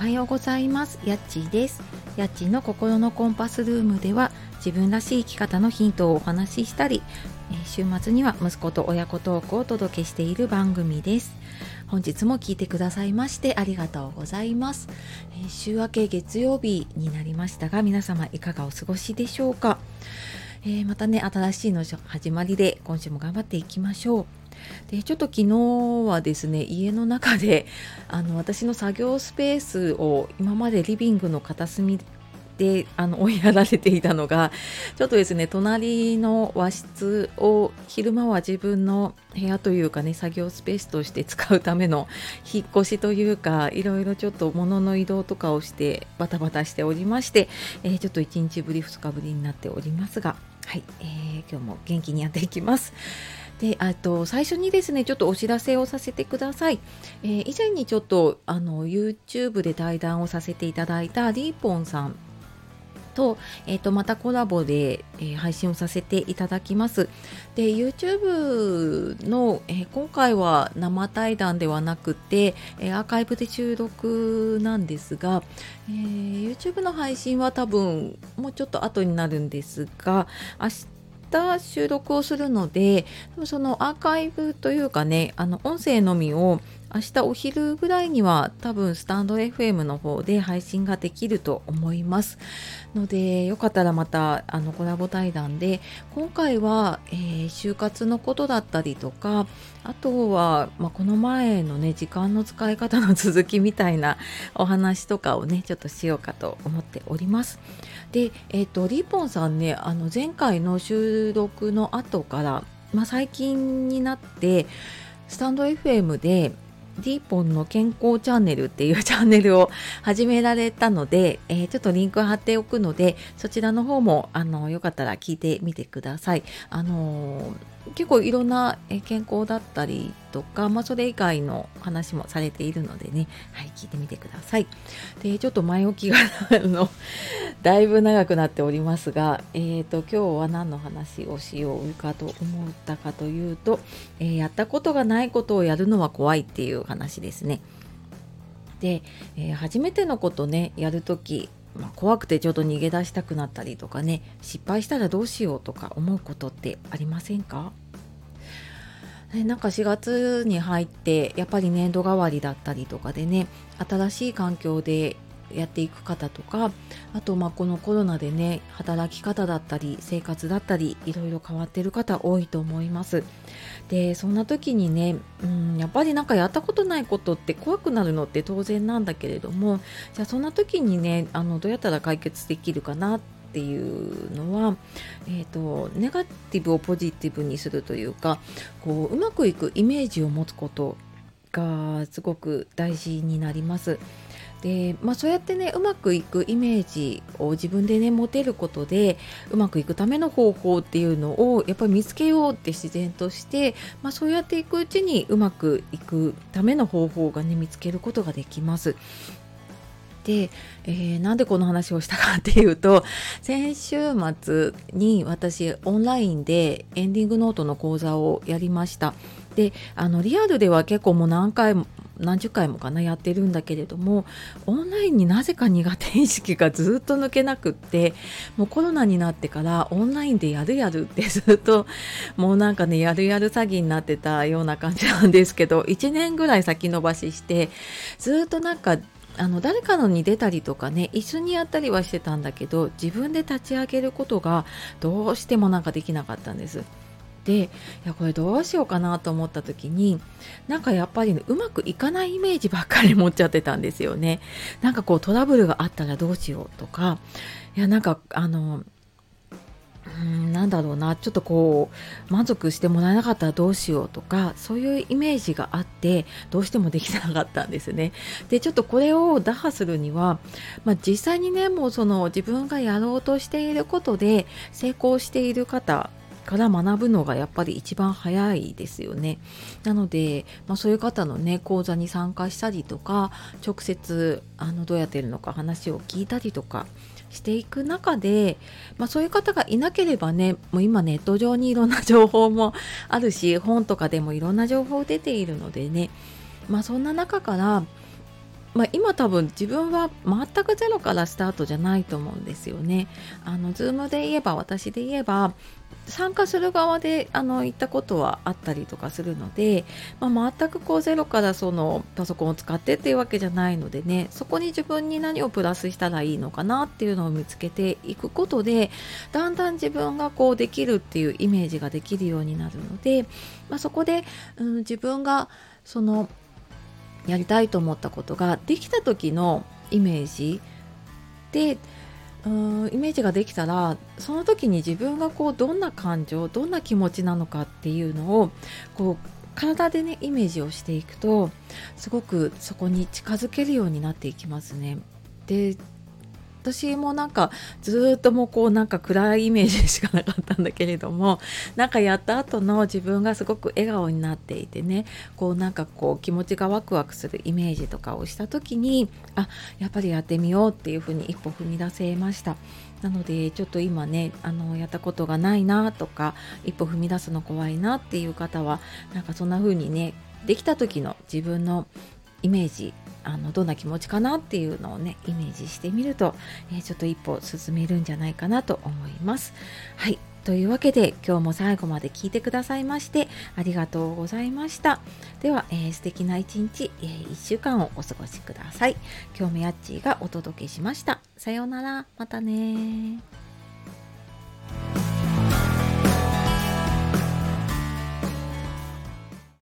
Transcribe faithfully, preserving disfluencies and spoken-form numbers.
はようございます。やっちーです。やっちーの心のコンパスルームでは、自分らしい生き方のヒントをお話ししたり、週末には息子と親子トークをお届けしている番組です。本日も聞いてくださいましてありがとうございます。週明け月曜日になりましたが、皆様いかがお過ごしでしょうか。えー、またね、新しいの始まりで今週も頑張っていきましょう。でちょっと昨日はですね、家の中であの私の作業スペースを今までリビングの片隅であの追いやられていたのが、ちょっとですね、隣の和室を昼間は自分の部屋というかね、作業スペースとして使うための引っ越しというか、いろいろちょっと物の移動とかをしてバタバタしておりまして、えー、ちょっといちにちぶりふつかぶりになっておりますが、はい、えー、今日も元気にやっていきます。で、あと最初にですね、ちょっとお知らせをさせてください。えー、以前にちょっとあの YouTube で対談をさせていただいたリーポンさんと、えー、とまたコラボで、えー、配信をさせていただきます。で YouTube の、えー、今回は生対談ではなくて、えー、アーカイブで収録なんですが、えー、YouTube の配信は多分もうちょっと後になるんですが、明日収録をするので、そのアーカイブというかね、あの音声のみを明日お昼ぐらいには多分スタンド エフエム の方で配信ができると思いますので、よかったらまたあのコラボ対談で、今回は、えー、就活のことだったりとか、あとは、まあ、この前のね時間の使い方の続きみたいなお話とかをねちょっとしようかと思っております。で、えっとリーポンさんね、あの前回の収録の後から、まあ、最近になってスタンド エフエム でリーポンの健康チャンネルっていうチャンネルを始められたので、えー、ちょっとリンク貼っておくので、そちらの方もあのよかったら聞いてみてください。あのー、結構いろんな健康だったりとか、まあ、それ以外の話もされているのでね、はい、聞いてみてください。でちょっと前置きがのだいぶ長くなっておりますが、えーと今日は何の話をしようかと思ったかというと、えー、やったことがないことをやるのは怖いっていう話ですね。で、えー、初めてのことねやるとき、まあ、怖くてちょっと逃げ出したくなったりとかね、失敗したらどうしようとか思うことってありませんか？なんかしがつに入ってやっぱり年度替わりだったりとかでね、新しい環境でやっていく方とか、あとまあこのコロナでね、働き方だったり生活だったりいろいろ変わってる方多いと思います。でそんな時にね、うん、やっぱりなんかやったことないことって怖くなるのって当然なんだけれども、じゃあそんな時にね、あのどうやったら解決できるかなっていうのは、えーと、ネガティブをポジティブにするというか、こううまくいくイメージを持つことがすごく大事になります。で、まあ、そうやってね、うまくいくイメージを自分でね持てることで、うまくいくための方法っていうのをやっぱり見つけようって自然として、まあ、そうやっていくうちにうまくいくための方法がね見つけることができます。で、えー、なんでこの話をしたかっていうと、先週末に私オンラインでエンディングノートの講座をやりました。で、あのリアルでは結構もう何回も何十回もかなやってるんだけれども、オンラインになぜか苦手意識がずっと抜けなくって、もうコロナになってからオンラインでやるやるってずっともうなんかね、やるやる詐欺になってたような感じなんですけど、いちねんぐらい先延ばししてずっとなんかあの誰かのに出たりとかね、一緒にやったりはしてたんだけど、自分で立ち上げることがどうしてもなんかできなかったんです。で、いやこれどうしようかなと思った時に、なんかやっぱり、ね、うまくいかないイメージばっかり持っちゃってたんですよね。なんかこうトラブルがあったらどうしようとか、いやなんかあのうん、なんだろうな、ちょっとこう満足してもらえなかったらどうしようとか、そういうイメージがあってどうしてもできなかったんですね。でちょっとこれを打破するには、まあ、実際にね、もうその自分がやろうとしていることで成功している方から学ぶのがやっぱり一番早いですよね。なので、まあ、そういう方のね講座に参加したりとか、直接あのどうやっているのか話を聞いたりとかしていく中で、まあ、そういう方がいなければね、もう今ネット上にいろんな情報もあるし、本とかでもいろんな情報出ているのでね、まあ、そんな中からまあ、今多分自分は全くゼロからスタートじゃないと思うんですよね。あの Zoom で言えば、私で言えば参加する側であの行ったことはあったりとかするので、まあ、全くこうゼロからそのパソコンを使ってっていうわけじゃないのでね、そこに自分に何をプラスしたらいいのかなっていうのを見つけていくことで、だんだん自分がこうできるっていうイメージができるようになるので、まあ、そこで、うん、自分がそのやりたいと思ったことができた時のイメージで、うーんイメージができたら、その時に自分がこうどんな感情、どんな気持ちなのかっていうのをこう体でねイメージをしていくと、すごくそこに近づけるようになっていきますね。で、私もなんかずーっともうこうなんか暗いイメージしかなかったんだけれども、なんかやった後の自分がすごく笑顔になっていてね、こうなんかこう気持ちがワクワクするイメージとかをした時に、あ、やっぱりやってみようっていうふうに一歩踏み出せました。なのでちょっと今ね、あのやったことがないなとか、一歩踏み出すの怖いなっていう方は、なんかそんな風にね、できた時の自分のイメージ、あのどんな気持ちかなっていうのをねイメージしてみると、えーちょっと一歩進めるんじゃないかなと思います。はい、というわけで今日も最後まで聞いてくださいましてありがとうございました。では、えー素敵な一日、えー、いっしゅうかんをお過ごしください。今日もやっちーがお届けしました。さようなら、またね。